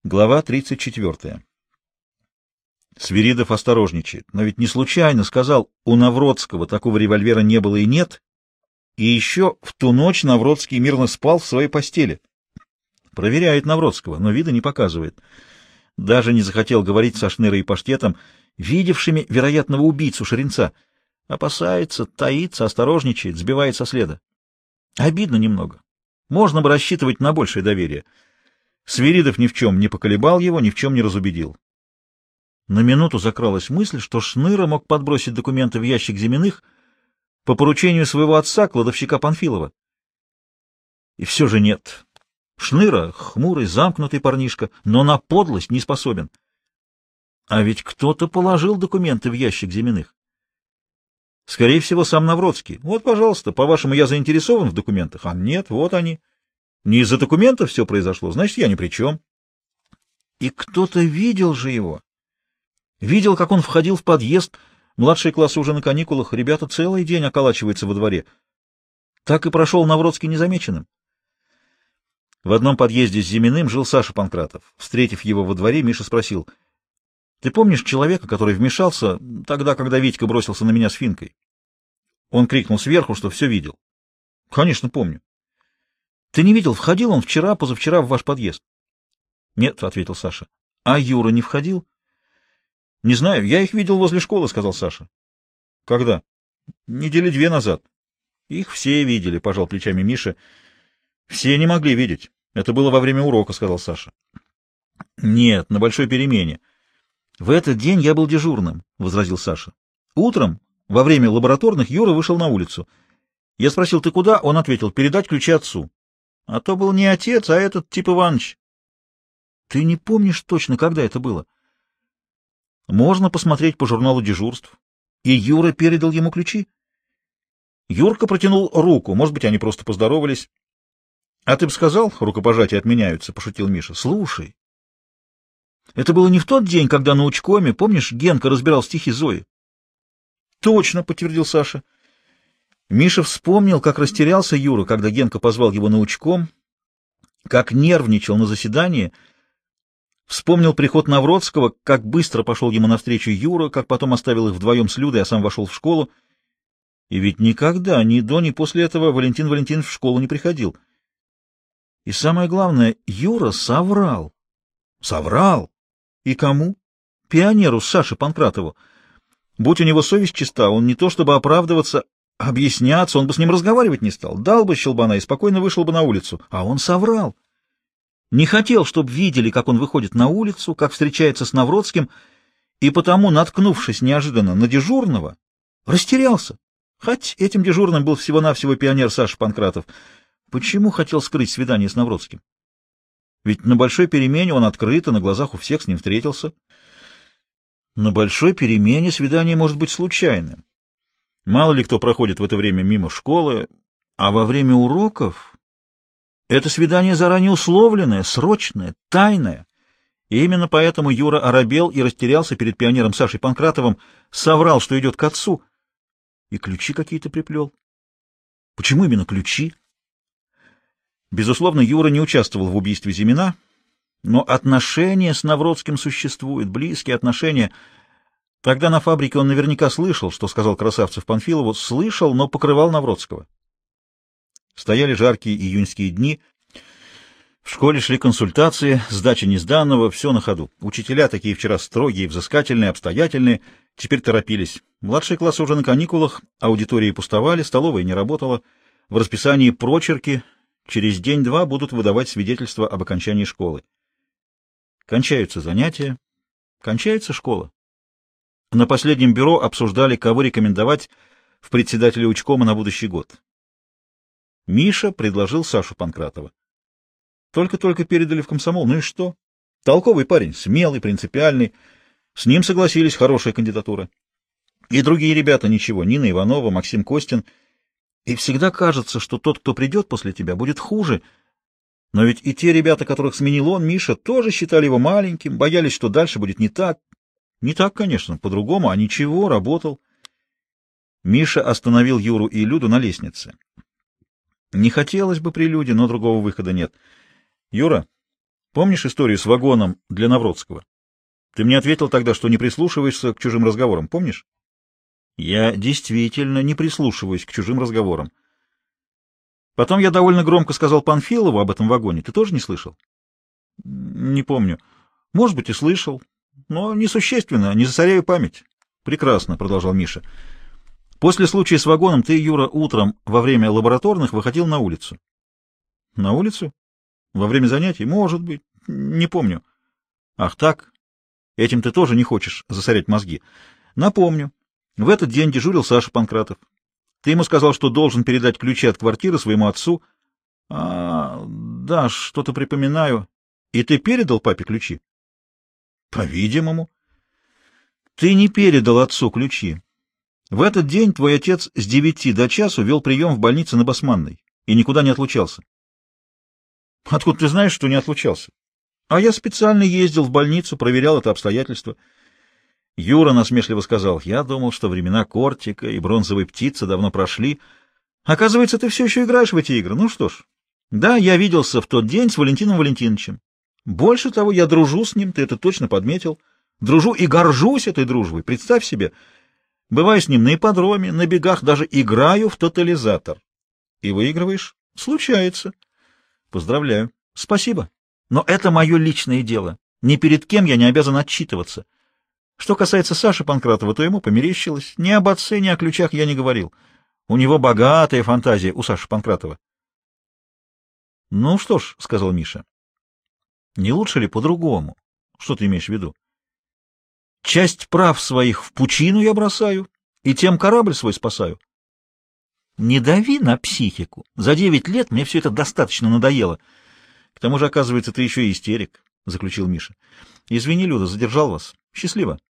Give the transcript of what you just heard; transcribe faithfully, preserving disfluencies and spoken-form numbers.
Глава тридцать четвёртая. Свиридов осторожничает, но ведь не случайно сказал, у Навродского такого револьвера не было и нет, и еще в ту ночь Навродский мирно спал в своей постели. Проверяет Навродского, но вида не показывает. Даже не захотел говорить со Шнырой и Паштетом, видевшими вероятного убийцу Шеренца. Опасается, таится, осторожничает, сбивает со следа. Обидно немного. Можно бы рассчитывать на большее доверие. Свиридов ни в чем не поколебал его, ни в чем не разубедил. На минуту закралась мысль, что Шныра мог подбросить документы в ящик Зиминых по поручению своего отца, кладовщика Панфилова. И все же нет. Шныра — хмурый, замкнутый парнишка, но на подлость не способен. А ведь кто-то положил документы в ящик Зиминых. Скорее всего, сам Навродский. Вот, пожалуйста, по-вашему, я заинтересован в документах? А нет, вот они. Не из-за документов все произошло, значит, я ни при чем. И кто-то видел же его. Видел, как он входил в подъезд. Младшие классы уже на каникулах, ребята целый день околачиваются во дворе. Так и прошел Навродский незамеченным. В одном подъезде с Зиминым жил Саша Панкратов. Встретив его во дворе, Миша спросил: «Ты помнишь человека, который вмешался тогда, когда Витька бросился на меня с Финкой?» Он крикнул сверху, что все видел. «Конечно, помню». «Ты не видел, входил он вчера, позавчера в ваш подъезд?» «Нет», — ответил Саша. «А Юра не входил?» «Не знаю, я их видел возле школы», — сказал Саша. «Когда?» «Недели две назад». «Их все видели», — пожал плечами Миша. «Все не могли видеть. Это было во время урока», — сказал Саша. «Нет, на большой перемене. В этот день я был дежурным», — возразил Саша. «Утром, во время лабораторных, Юра вышел на улицу. Я спросил: ты куда? Он ответил: передать ключи отцу. А то был не отец, а этот тип Иваныч». «Ты не помнишь точно, когда это было?» «Можно посмотреть по журналу дежурств». «И Юра передал ему ключи?» Юрка протянул руку, может быть, они просто поздоровались. «А ты бы сказал, рукопожатия отменяются», — пошутил Миша. «Слушай, это было не в тот день, когда на учкоме, помнишь, Генка разбирал стихи Зои?» «Точно», — подтвердил Саша. Миша вспомнил, как растерялся Юра, когда Генка позвал его на учком, как нервничал на заседании, вспомнил приход Навродского, как быстро пошел ему навстречу Юра, как потом оставил их вдвоем с Людой, а сам вошел в школу. И ведь никогда, ни до, ни после этого Валентин Валентинович в школу не приходил. И самое главное, Юра соврал. Соврал? И кому? Пионеру Саше Панкратову. Будь у него совесть чиста, он не то чтобы оправдываться, объясняться, он бы с ним разговаривать не стал, дал бы щелбана и спокойно вышел бы на улицу. А он соврал. Не хотел, чтобы видели, как он выходит на улицу, как встречается с Навродским, и потому, наткнувшись неожиданно на дежурного, растерялся. Хоть этим дежурным был всего-навсего пионер Саша Панкратов. Почему хотел скрыть свидание с Навродским? Ведь на большой перемене он открыто, на глазах у всех с ним встретился. На большой перемене свидание может быть случайным. Мало ли кто проходит в это время мимо школы, а во время уроков это свидание заранее условленное, срочное, тайное. И именно поэтому Юра оробел и растерялся перед пионером Сашей Панкратовым, соврал, что идет к отцу, и ключи какие-то приплел. Почему именно ключи? Безусловно, Юра не участвовал в убийстве Зимина, но отношения с Навродским существуют, близкие отношения. Тогда на фабрике он наверняка слышал, что сказал Красавцев Панфилову, слышал, но покрывал Навродского. Стояли жаркие июньские дни, в школе шли консультации, сдача несданного, все на ходу. Учителя, такие вчера строгие, взыскательные, обстоятельные, теперь торопились. Младшие классы уже на каникулах, аудитории пустовали, столовая не работала, в расписании прочерки, через день-два будут выдавать свидетельство об окончании школы. Кончаются занятия, кончается школа. На последнем бюро обсуждали, кого рекомендовать в председателя учкома на будущий год. Миша предложил Сашу Панкратова. Только-только передали в комсомол, ну и что? Толковый парень, смелый, принципиальный. С ним согласились, хорошая кандидатура. И другие ребята ничего, Нина Иванова, Максим Костин. И всегда кажется, что тот, кто придет после тебя, будет хуже. Но ведь и те ребята, которых сменил он, Миша, тоже считали его маленьким, боялись, что дальше будет не так. Не так, конечно, по-другому, а ничего, работал. Миша остановил Юру и Люду на лестнице. Не хотелось бы прелюдии, но другого выхода нет. — Юра, Помнишь историю с вагоном для Навродского? Ты мне ответил тогда, что не прислушиваешься к чужим разговорам, помнишь? Я действительно не прислушиваюсь к чужим разговорам. Потом я довольно громко сказал Панфилову об этом вагоне. Ты тоже не слышал? Не помню. Может быть, и слышал, но несущественно, не засоряю память. Прекрасно, продолжал Миша. После случая с вагоном ты, Юра, утром во время лабораторных выходил на улицу. На улицу? Во время занятий? Может быть. Не помню. Ах так? Этим ты тоже не хочешь засорять мозги. Напомню. В этот день дежурил Саша Панкратов. Ты ему сказал, что должен передать ключи от квартиры своему отцу. А, да, что-то припоминаю. И ты передал папе ключи? По-видимому. Ты не передал отцу ключи. В этот день твой отец с девяти до часу вел прием в больнице на Басманной и никуда не отлучался. Откуда ты знаешь, что не отлучался? А я специально ездил в больницу, проверял это обстоятельство. Юра насмешливо сказал: я думал, что времена Кортика и бронзовой птицы давно прошли. Оказывается, ты все еще играешь в эти игры. Ну что ж, да, я виделся в тот день с Валентином Валентиновичем. Больше того, я дружу с ним, ты это точно подметил. Дружу и горжусь этой дружбой, представь себе. Бываю с ним на ипподроме, на бегах, даже играю в тотализатор. И выигрываешь? Случается. Поздравляю. Спасибо. Но это мое личное дело. Ни перед кем я не обязан отчитываться. Что касается Саши Панкратова, то ему померещилось. Ни об отце, ни о ключах я не говорил. У него богатая фантазия, у Саши Панкратова. — Ну что ж, — сказал Миша, — не лучше ли по-другому? Что ты имеешь в виду? Часть прав своих в пучину я бросаю, и тем корабль свой спасаю. Не дави на психику. За девять лет мне все это достаточно надоело. К тому же, оказывается, ты еще и истерик, — заключил Миша. Извини, Люда, задержал вас. Счастливо.